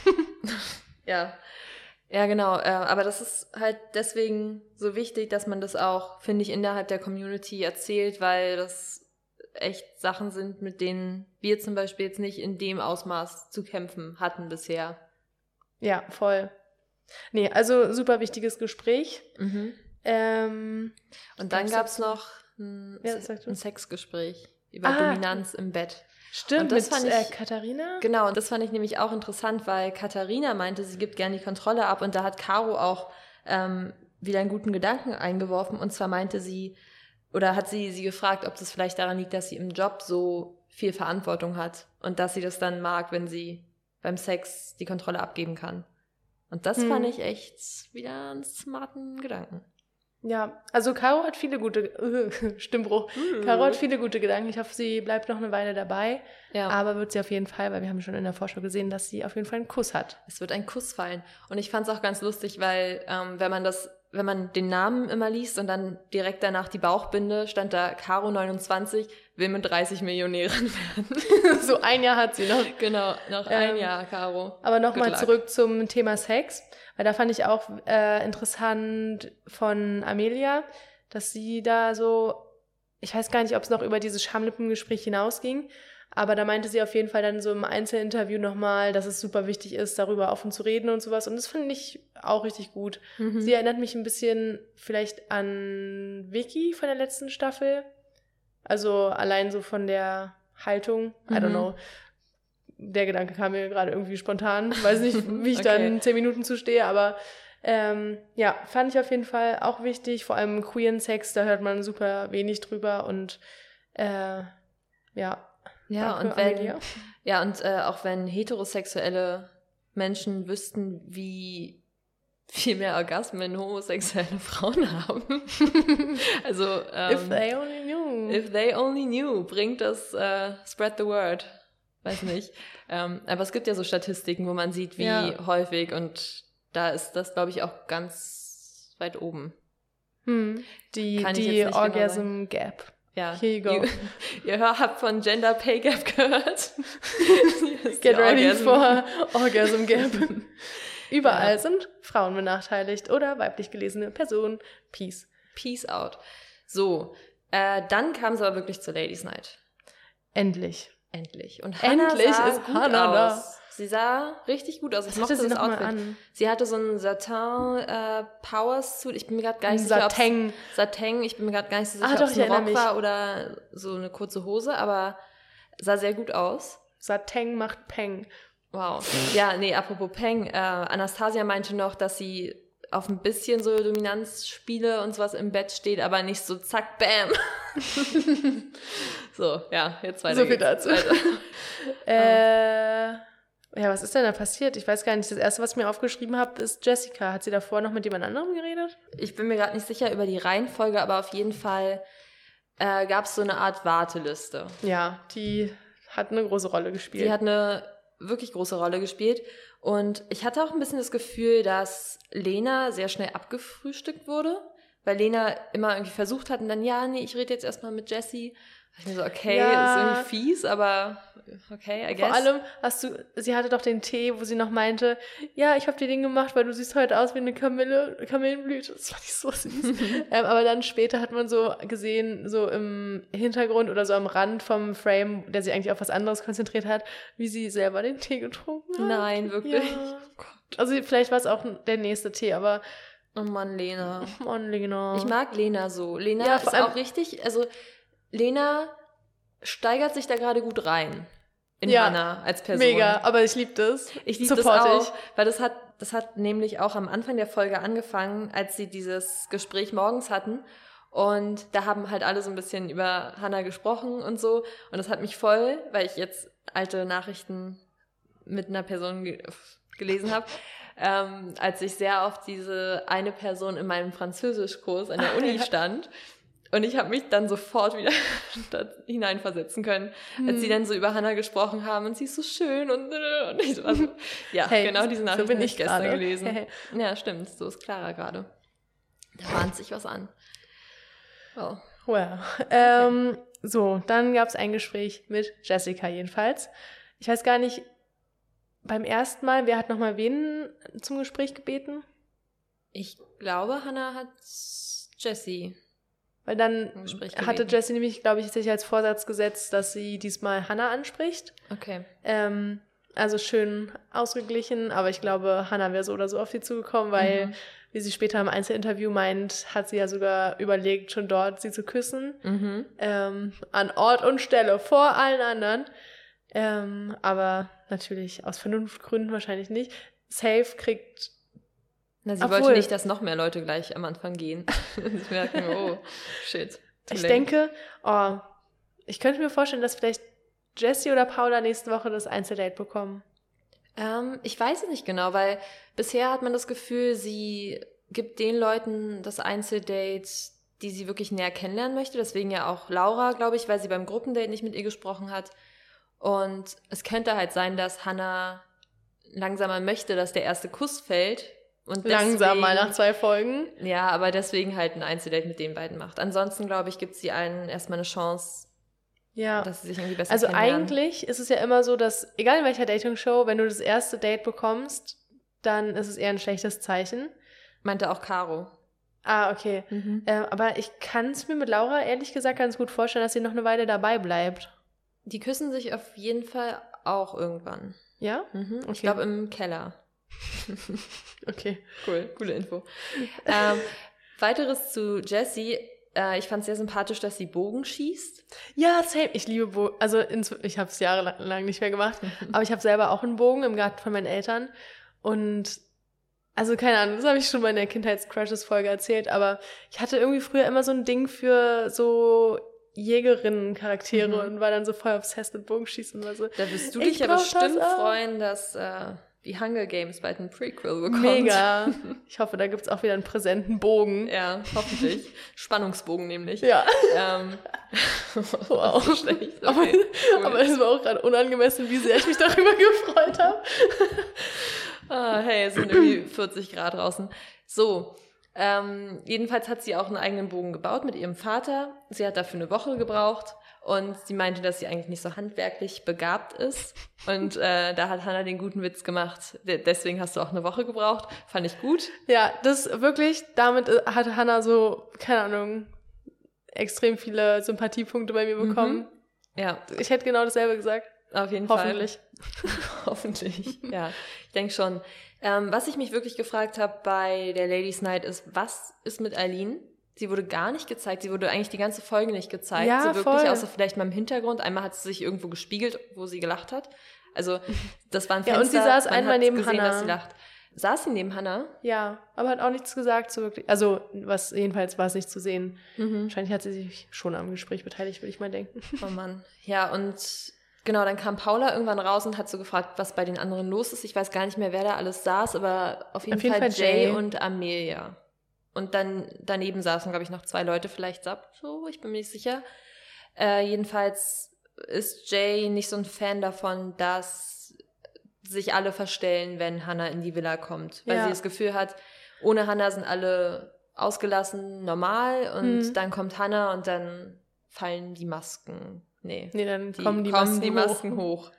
Ja. Ja, genau. Äh, aber das ist halt deswegen so wichtig, dass man das auch, finde ich, innerhalb der Community erzählt, weil das echt Sachen sind, mit denen wir zum Beispiel jetzt nicht in dem Ausmaß zu kämpfen hatten bisher. Ja, voll. Nee, also super wichtiges Gespräch. Mhm. Ähm, Und dann gab's gab es dazu- noch ein, Ja, Se- sag du. ein Sexgespräch über Ah. Dominanz im Bett. stimmt, Und das mit fand äh, ich- Katharina. Genau, und das fand ich nämlich auch interessant, weil Katharina meinte, sie gibt gerne die Kontrolle ab und da hat Caro auch ähm, wieder einen guten Gedanken eingeworfen und zwar meinte sie, oder hat sie sie gefragt, ob das vielleicht daran liegt, dass sie im Job so viel Verantwortung hat und dass sie das dann mag, wenn sie beim Sex die Kontrolle abgeben kann. Und das Hm. fand ich echt wieder einen smarten Gedanken. Ja, also Caro hat viele gute, Stimmbruch. Caro hat viele gute Gedanken. Ich hoffe, sie bleibt noch eine Weile dabei. Ja. Aber wird sie auf jeden Fall, weil wir haben schon in der Vorschau gesehen, dass sie auf jeden Fall einen Kuss hat. Es wird ein Kuss fallen. Und ich fand es auch ganz lustig, weil ähm, wenn man das, wenn man den Namen immer liest und dann direkt danach die Bauchbinde, stand da Caro neunundzwanzig, will mit dreißig Millionärin werden. So ein Jahr hat sie noch. Genau, noch ein Ähm, Jahr, Caro. Aber nochmal Good luck. zurück zum Thema Sex, weil da fand ich auch äh, interessant von Amelia, dass sie da so ich weiß gar nicht, ob es noch über dieses Schamlippengespräch hinausging, aber da meinte sie auf jeden Fall dann so im Einzelinterview nochmal, dass es super wichtig ist, darüber offen zu reden und sowas. Und das finde ich auch richtig gut. Mhm. Sie erinnert mich ein bisschen vielleicht an Vicky von der letzten Staffel. Also allein so von der Haltung. I don't mhm. know. Der Gedanke kam mir gerade irgendwie spontan. Weiß nicht, wie ich okay. dann zehn Minuten zustehe, aber ähm, ja, fand ich auf jeden Fall auch wichtig. Vor allem queeren Sex, da hört man super wenig drüber und äh, ja. Ja, Danke, und wenn, Amelia. ja, und äh, auch wenn heterosexuelle Menschen wüssten, wie viel mehr Orgasmen homosexuelle Frauen haben. also, ähm, if they only knew. If they only knew, bringt das uh, spread the word. Weiß nicht. ähm, aber es gibt ja so Statistiken, wo man sieht, wie ja. häufig, und da ist das, glaube ich, auch ganz weit oben. Hm. Die, die Orgasm genau Gap. Ja, here you go. Ihr, ihr habt von Gender Pay Gap gehört. Get ready for Orgasm Gap. Überall ja. sind Frauen benachteiligt oder weiblich gelesene Personen. Peace. Peace out. So, äh, dann kam es aber wirklich zur Ladies Night. Endlich. Endlich. Und Hannah Endlich sah ist gut Hannah aus. Da. Sie sah richtig gut aus. Ich mochte sie das noch Outfit. Mal an? Sie hatte so einen Satin äh, Powers Suit. Ich bin mir gerade gar nicht ein sicher, Satin. ob Satin. Ich bin mir gerade gar nicht so sicher, ah, ob doch, es ein Rock mich. war oder so eine kurze Hose, aber sah sehr gut aus. Satin macht Peng. Wow. Ja, nee, apropos Peng. Äh, Anastasia meinte noch, dass sie auf ein bisschen so Dominanzspiele und sowas im Bett steht, aber nicht so zack, bam. so, ja, jetzt weiter So viel geht's. dazu. äh, ja, was ist denn da passiert? Ich weiß gar nicht. Das Erste, was ich mir aufgeschrieben habe, ist Jessica. Hat sie davor noch mit jemand anderem geredet? Ich bin mir gerade nicht sicher über die Reihenfolge, aber auf jeden Fall äh, gab es so eine Art Warteliste. Ja, die hat eine große Rolle gespielt. Die hat eine wirklich große Rolle gespielt. Und ich hatte auch ein bisschen das Gefühl, dass Lena sehr schnell abgefrühstückt wurde, weil Lena immer irgendwie versucht hat und dann, ja, nee, ich rede jetzt erstmal mit Jessie. Ich mir so, okay, ja. ist irgendwie fies, aber okay, I guess. Vor allem hast du, sie hatte doch den Tee, wo sie noch meinte, ja, ich habe dir den gemacht, weil du siehst heute aus wie eine Kamille, Kamillenblüte. Das fand ich so süß. ähm, aber dann später hat man so gesehen, so im Hintergrund oder so am Rand vom Frame, der sich eigentlich auf was anderes konzentriert hat, wie sie selber den Tee getrunken hat. Nein, wirklich? Ja. Oh Gott. Also vielleicht war es auch der nächste Tee, aber oh Mann, Lena. Oh Mann, Lena. Ich mag Lena so. Lena ja, ist auch richtig, also Lena steigert sich da gerade gut rein in ja, Hannah als Person. Mega, aber ich liebe das. Ich liebe das auch, weil das hat, das hat nämlich auch am Anfang der Folge angefangen, als sie dieses Gespräch morgens hatten. Und da haben halt alle so ein bisschen über Hannah gesprochen und so. Und das hat mich voll, weil ich jetzt alte Nachrichten mit einer Person ge- gelesen habe, ähm, als ich sehr auf diese eine Person in meinem Französischkurs an der Uni stand. Und ich habe mich dann sofort wieder da hineinversetzen können, als hm. sie dann so über Hannah gesprochen haben und sie ist so schön und, und ich so, also, ja, hey, genau diese Nachricht so bin habe ich ich gestern grade. gelesen. Hey. Ja, stimmt, so ist Clara gerade. Da bahnt sich was an. Oh. Well, ähm, okay. So, dann gab es ein Gespräch mit Jessica jedenfalls. Ich weiß gar nicht, beim ersten Mal, wer hat nochmal wen zum Gespräch gebeten? Ich glaube, Hannah hat Jessie. Weil dann hatte Jessie nämlich, glaube ich, sich als Vorsatz gesetzt, dass sie diesmal Hannah anspricht. Okay. Ähm, also schön ausgeglichen, aber ich glaube, Hannah wäre so oder so auf sie zugekommen, weil, mhm. wie sie später im Einzelinterview meint, hat sie ja sogar überlegt, schon dort sie zu küssen. Mhm. Ähm, an Ort und Stelle, vor allen anderen. Ähm, aber natürlich aus Vernunftgründen wahrscheinlich nicht. Safe kriegt... Na, sie Obwohl, wollte nicht, dass noch mehr Leute gleich am Anfang gehen. Und sie merken, oh, shit. Ich late. denke, oh, ich könnte mir vorstellen, dass vielleicht Jessie oder Paula nächste Woche das Einzeldate bekommen. Ähm, ich weiß es nicht genau, weil bisher hat man das Gefühl, sie gibt den Leuten das Einzeldate, die sie wirklich näher kennenlernen möchte. Deswegen ja auch Laura, glaube ich, weil sie beim Gruppendate nicht mit ihr gesprochen hat. Und es könnte halt sein, dass Hannah langsamer möchte, dass der erste Kuss fällt. Und deswegen, langsam mal nach zwei Folgen. Ja, aber deswegen halt ein Einzeldate mit den beiden macht. Ansonsten, glaube ich, gibt es sie allen erstmal eine Chance, ja. dass sie sich irgendwie besser also kennenlernen. Also eigentlich ist es ja immer so, dass, egal in welcher Dating-Show, wenn du das erste Date bekommst, dann ist es eher ein schlechtes Zeichen. Meinte auch Caro. Ah, okay. Mhm. Äh, aber ich kann es mir mit Laura ehrlich gesagt ganz gut vorstellen, dass sie noch eine Weile dabei bleibt. Die küssen sich auf jeden Fall auch irgendwann. Ja? Mhm. Okay. Ich glaube im Keller. Okay. Cool, coole Info. ähm, weiteres zu Jessie. Äh, ich fand es sehr sympathisch, dass sie Bogen schießt. Ja, same. Ich liebe Bogen. Also ins, ich habe es jahrelang nicht mehr gemacht, aber ich habe selber auch einen Bogen im Garten von meinen Eltern. Und also keine Ahnung, das habe ich schon mal in der Kindheitscrushes-Folge erzählt, aber ich hatte irgendwie früher immer so ein Ding für so Jägerinnen-Charaktere Mhm. und war dann so voll obsessed mit Bogenschießen und so. Da wirst du Ich dich ja brauch bestimmt das auch. freuen, dass äh, die Hunger Games bald ein Prequel bekommt. Mega. Ich hoffe, da gibt es auch wieder einen präsenten Bogen. Ja, hoffentlich. Spannungsbogen nämlich. Ja. Ähm, Wow. so schlecht. Aber, Okay, cool. aber es war auch gerade unangemessen, wie sehr ich mich darüber gefreut habe. Ah, hey, es sind irgendwie vierzig Grad draußen. So, ähm, jedenfalls hat sie auch einen eigenen Bogen gebaut mit ihrem Vater. Sie hat dafür eine Woche gebraucht und sie meinte, dass sie eigentlich nicht so handwerklich begabt ist. Und äh, da hat Hannah den guten Witz gemacht. De- deswegen hast du auch eine Woche gebraucht. Fand ich gut. Ja, das wirklich, damit äh, hatte Hannah so, keine Ahnung, extrem viele Sympathiepunkte bei mir bekommen. Ja, Ich hätte genau dasselbe gesagt. auf jeden Hoffentlich. Fall. Hoffentlich. Ja, ich denke schon. Ähm, was ich mich wirklich gefragt habe bei der Ladies Night ist, was ist mit Eileen? Sie wurde gar nicht gezeigt. Sie wurde eigentlich die ganze Folge nicht gezeigt. Ja, so wirklich, voll. außer vielleicht mal im Hintergrund. Einmal hat sie sich irgendwo gespiegelt, wo sie gelacht hat. Also, das war ein Ja, Fenster. und sie saß man einmal hat neben gesehen, Hannah. dass sie lacht. Saß sie neben Hannah? Ja, aber hat auch nichts gesagt, so wirklich. Also, was jedenfalls war es nicht zu sehen. Mhm. Wahrscheinlich hat sie sich schon am Gespräch beteiligt, würde ich mal denken. Oh Mann. Ja, und genau, dann kam Paula irgendwann raus und hat so gefragt, was bei den anderen los ist. Ich weiß gar nicht mehr, wer da alles saß, aber auf jeden, Auf jeden Fall, Fall Jay, Jay. und Amelia. Und dann daneben saßen, glaube ich, noch zwei Leute, vielleicht Sab, so, ich bin mir nicht sicher. Äh, jedenfalls ist Jay nicht so ein Fan davon, dass sich alle verstellen, wenn Hannah in die Villa kommt. Weil Ja. sie das Gefühl hat, ohne Hannah sind alle ausgelassen, normal und Hm. dann kommt Hannah und dann fallen die Masken. Nee. Nee, dann Die kommen die Masken, die hoch. Masken hoch.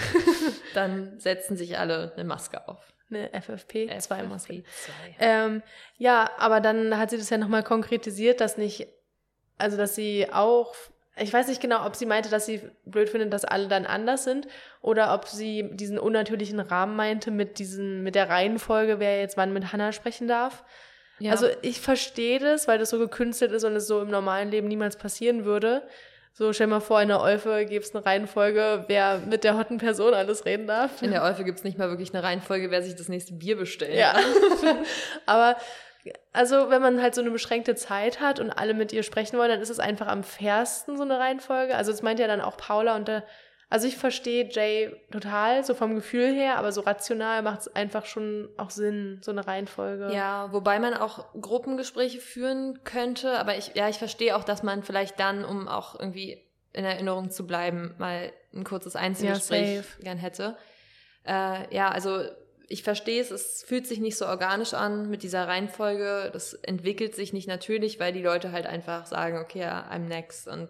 Dann setzen sich alle eine Maske auf. Eine F F P zwei Maske. F F P zwei. Ähm, ja, aber dann hat sie das ja nochmal konkretisiert, dass nicht, also dass sie auch, ich weiß nicht genau, ob sie meinte, dass sie blöd findet, dass alle dann anders sind oder ob sie diesen unnatürlichen Rahmen meinte mit diesen, mit der Reihenfolge, wer jetzt wann mit Hannah sprechen darf. Ja. Also ich verstehe das, weil das so gekünstelt ist und es so im normalen Leben niemals passieren würde. So, stell mal vor, in der Olfe gäbe es eine Reihenfolge, wer mit der hotten Person alles reden darf. in der Olfe gibt es nicht mal wirklich eine Reihenfolge, wer sich das nächste Bier bestellt. Ja. Aber also, wenn man halt so eine beschränkte Zeit hat und alle mit ihr sprechen wollen, dann ist es einfach am fairsten, so eine Reihenfolge. Also, das meint ja dann auch Paula und da, also ich verstehe Jay total, so vom Gefühl her, aber so rational macht es einfach schon auch Sinn, so eine Reihenfolge. Ja, wobei man auch Gruppengespräche führen könnte, aber ich, ja, ich verstehe auch, dass man vielleicht dann, um auch irgendwie in Erinnerung zu bleiben, mal ein kurzes Einzelgespräch Ja, safe. gern hätte. Äh, ja, also ich verstehe es, es fühlt sich nicht so organisch an mit dieser Reihenfolge. Das entwickelt sich nicht natürlich, weil die Leute halt einfach sagen, okay, ja, I'm next und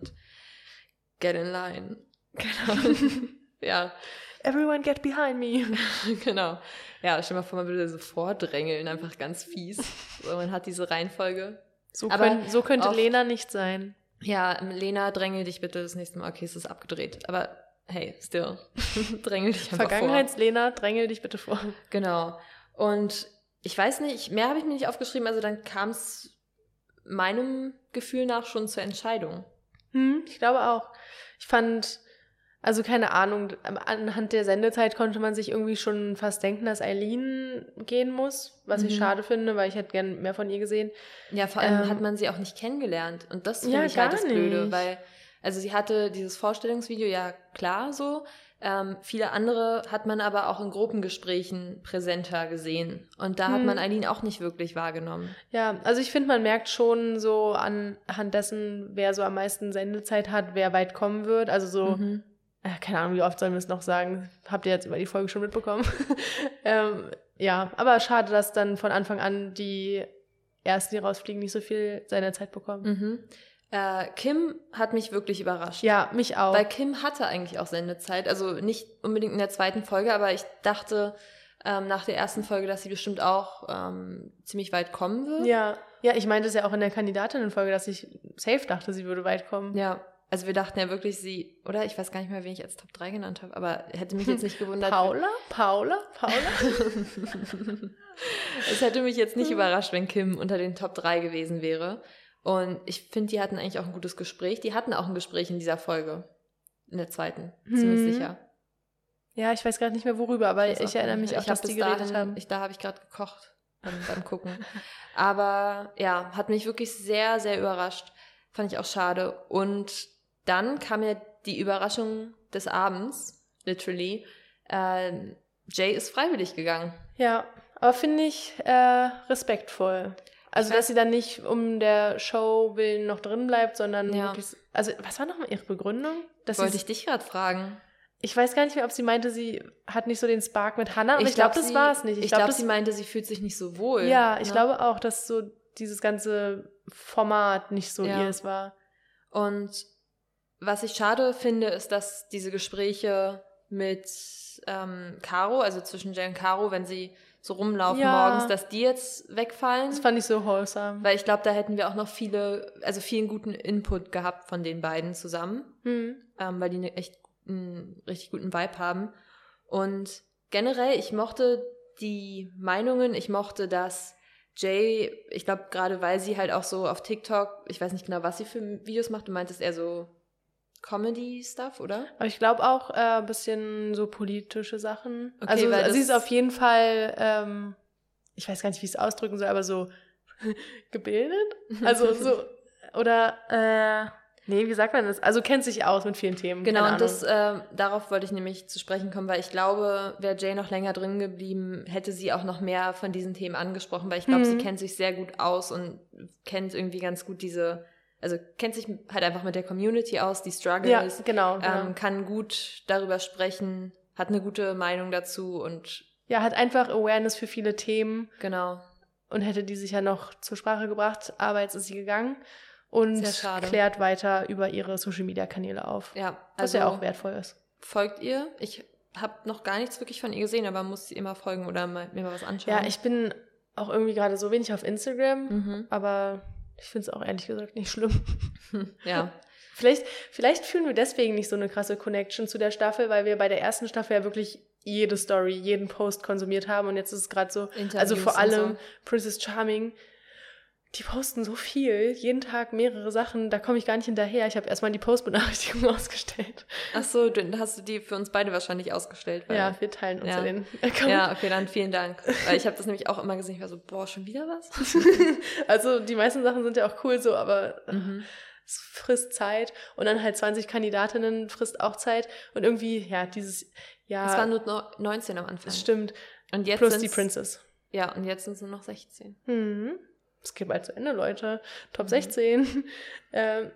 get in line. Genau. Ja, Everyone get behind me. genau. Ja, stell dir mal vor, man würde so vordrängeln, einfach ganz fies. So, man hat diese Reihenfolge. So, Aber könnt, so könnte oft- Lena nicht sein. Ja, Lena, drängel dich bitte das nächste Mal. Okay, es ist abgedreht. Aber hey, still. Drängel dich einfach vor. Vergangenheits-Lena, drängel dich bitte vor. Genau. Und ich weiß nicht, mehr habe ich mir nicht aufgeschrieben, also dann kam es meinem Gefühl nach schon zur Entscheidung. Hm, ich glaube auch. Ich fand, also keine Ahnung, anhand der Sendezeit konnte man sich irgendwie schon fast denken, dass Eileen gehen muss, was ich Mhm. schade finde, weil ich hätte gern mehr von ihr gesehen. Ja, vor allem Ähm, hat man sie auch nicht kennengelernt. Und das finde Ja, ich halt gar das Blöde, nicht. weil, also sie hatte dieses Vorstellungsvideo, ja klar so. Ähm, viele andere hat man aber auch in Gruppengesprächen präsenter gesehen. Und da hat Hm. man Eileen auch nicht wirklich wahrgenommen. Ja, also ich finde, man merkt schon so anhand dessen, wer so am meisten Sendezeit hat, wer weit kommen wird. Also so, Mhm. äh, keine Ahnung, wie oft sollen wir es noch sagen? Habt ihr jetzt über die Folge schon mitbekommen? ähm, ja, aber schade, dass dann von Anfang an die Ersten, die rausfliegen, nicht so viel Sendezeit bekommen. Mhm. Äh, Kim hat mich wirklich überrascht. Ja, mich auch. Weil Kim hatte eigentlich auch Sendezeit, also nicht unbedingt in der zweiten Folge, aber ich dachte ähm, nach der ersten Folge, dass sie bestimmt auch ähm, ziemlich weit kommen wird. Ja, Ja, ich meinte es ja auch in der Kandidatinnenfolge, dass ich safe dachte, sie würde weit kommen. Ja, also wir dachten ja wirklich, sie, oder? Ich weiß gar nicht mehr, wen ich als Top drei genannt habe, aber hätte mich jetzt nicht gewundert. Paula? Paula? Paula? Es hätte mich jetzt nicht überrascht, wenn Kim unter den Top drei gewesen wäre. Und ich finde, die hatten eigentlich auch ein gutes Gespräch. Die hatten auch ein Gespräch in dieser Folge. In der zweiten, hm. ziemlich sicher. Ja, ich weiß gerade nicht mehr worüber, aber ich, ich erinnere mich auch, dass die geredet dahin, haben. Ich, da habe ich gerade gekocht beim, beim Gucken. Aber ja, hat mich wirklich sehr, sehr überrascht. Fand ich auch schade. Und dann kam ja die Überraschung des Abends, literally. Äh, Jay ist freiwillig gegangen. Ja, aber finde ich äh, respektvoll. Also, dass sie dann nicht um der Show willen noch drin bleibt, sondern ja. wirklich... Also, was war nochmal ihre Begründung? Dass Wollte ich dich gerade fragen. Ich weiß gar nicht mehr, ob sie meinte, sie hat nicht so den Spark mit Hannah, aber ich, ich glaube, glaub, das war es nicht. Ich, ich glaube, glaub, sie meinte, sie fühlt sich nicht so wohl. Ja, ich ne? glaube auch, dass so dieses ganze Format nicht so ja. ihres war. Und was ich schade finde, ist, dass diese Gespräche mit ähm, Caro, also zwischen Jay und Caro, wenn sie so rumlaufen ja. morgens, dass die jetzt wegfallen. Das fand ich so wholesome. Weil ich glaube, da hätten wir auch noch viele, also vielen guten Input gehabt von den beiden zusammen. Mhm. Ähm, weil die eine echt einen richtig guten Vibe haben. Und generell, ich mochte die Meinungen, ich mochte, dass Jay, ich glaube, gerade weil sie halt auch so auf TikTok, ich weiß nicht genau, was sie für Videos macht, du meintest eher so Comedy-Stuff, oder? Aber ich glaube auch ein äh, bisschen so politische Sachen. Okay, also weil sie ist auf jeden Fall, ähm, ich weiß gar nicht, wie ich es ausdrücken soll, aber so gebildet. Also so, oder, äh, nee, wie sagt man das? Also kennt sich aus mit vielen Themen. Genau, und das, äh, darauf wollte ich nämlich zu sprechen kommen, weil ich glaube, wäre Jay noch länger drin geblieben, hätte sie auch noch mehr von diesen Themen angesprochen, weil ich glaube, mhm. sie kennt sich sehr gut aus und kennt irgendwie ganz gut diese, also kennt sich halt einfach mit der Community aus, die Struggles, ja, genau, genau. Ähm, kann gut darüber sprechen, hat eine gute Meinung dazu und ja, hat einfach Awareness für viele Themen. Genau. Und hätte die sich ja noch zur Sprache gebracht, aber jetzt ist sie gegangen. Und klärt weiter über ihre Social-Media-Kanäle auf. Ja, was also ja auch wertvoll ist. Folgt ihr? Ich habe noch gar nichts wirklich von ihr gesehen, aber muss sie immer folgen oder mal, mir mal was anschauen. Ja, ich bin auch irgendwie gerade so wenig auf Instagram, mhm. aber ich finde es auch ehrlich gesagt nicht schlimm. Ja. vielleicht, vielleicht fühlen wir deswegen nicht so eine krasse Connection zu der Staffel, weil wir bei der ersten Staffel ja wirklich jede Story, jeden Post konsumiert haben und jetzt ist es gerade so, Interviews also vor allem so. Princess Charming, die posten so viel, jeden Tag mehrere Sachen, da komme ich gar nicht hinterher. Ich habe erstmal die Postbenachrichtigung ausgestellt. Ach so, dann hast du die für uns beide wahrscheinlich ausgestellt. Weil, ja, wir teilen uns ja. den Account. Ja, okay, dann vielen Dank. Weil ich habe das nämlich auch immer gesehen, ich war so, boah, schon wieder was? Also die meisten Sachen sind ja auch cool so, aber mhm. es frisst Zeit. Und dann halt zwanzig Kandidatinnen frisst auch Zeit. Und irgendwie, ja, dieses Jahr... Es waren nur neunzehn am Anfang. Das stimmt. Und jetzt plus die Princess. Ja, und jetzt sind es nur noch sechzehn. Mhm. Es geht bald zu Ende, Leute. Top mhm. sechzehn. ähm.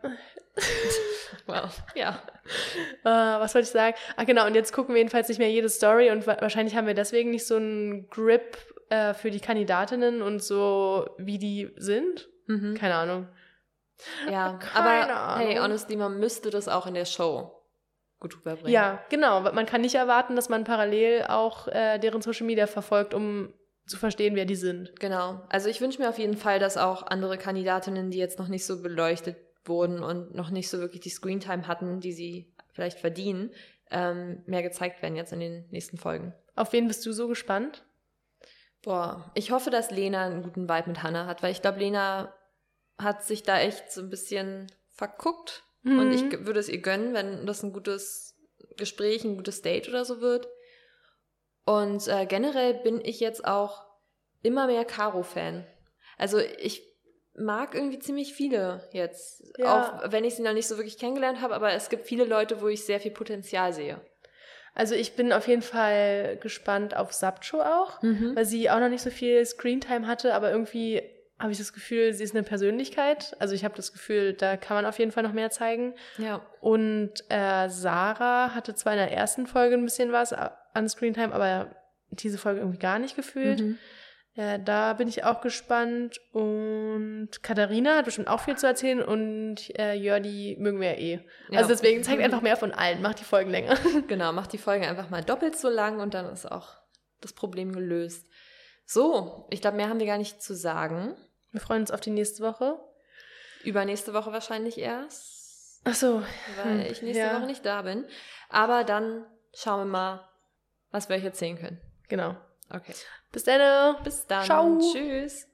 Wow, ja. Uh, was wollte ich sagen? Ach genau, und jetzt gucken wir jedenfalls nicht mehr jede Story und wa- wahrscheinlich haben wir deswegen nicht so einen Grip äh, für die Kandidatinnen und so, wie die sind. Mhm. Keine Ahnung. Ja, Keine aber Ahnung. Hey, honestly, man müsste das auch in der Show gut rüberbringen. Ja, genau. Man kann nicht erwarten, dass man parallel auch äh, deren Social Media verfolgt, um zu verstehen, wer die sind. Genau. Also ich wünsche mir auf jeden Fall, dass auch andere Kandidatinnen, die jetzt noch nicht so beleuchtet wurden und noch nicht so wirklich die Screentime hatten, die sie vielleicht verdienen, ähm, mehr gezeigt werden jetzt in den nächsten Folgen. Auf wen bist du so gespannt? Boah, ich hoffe, dass Lena einen guten Vibe mit Hannah hat, weil ich glaube, Lena hat sich da echt so ein bisschen verguckt mhm. und ich würde es ihr gönnen, wenn das ein gutes Gespräch, ein gutes Date oder so wird. Und äh, generell bin ich jetzt auch immer mehr Caro-Fan. Also ich mag irgendwie ziemlich viele jetzt, ja. auch wenn ich sie noch nicht so wirklich kennengelernt habe, aber es gibt viele Leute, wo ich sehr viel Potenzial sehe. Also ich bin auf jeden Fall gespannt auf Sabcho auch, mhm. weil sie auch noch nicht so viel Screentime hatte, aber irgendwie habe ich das Gefühl, sie ist eine Persönlichkeit. Also ich habe das Gefühl, da kann man auf jeden Fall noch mehr zeigen. Ja. Und äh, Sarah hatte zwar in der ersten Folge ein bisschen was an Screentime, aber diese Folge irgendwie gar nicht gefühlt. Mhm. Äh, da bin ich auch gespannt. Und Katharina hat bestimmt auch viel zu erzählen und äh, Jördi mögen wir ja eh. Ja. Also deswegen zeigt einfach mehr von allen, macht die Folgen länger. Genau, macht die Folgen einfach mal doppelt so lang und dann ist auch das Problem gelöst. So, ich glaube, mehr haben wir gar nicht zu sagen. Wir freuen uns auf die nächste Woche. Übernächste Woche wahrscheinlich erst. Ach so. Weil ich nächste ja. Woche nicht da bin. Aber dann schauen wir mal, was wir euch erzählen können. Genau. Okay. Bis dann. Bis dann. Ciao. Tschüss.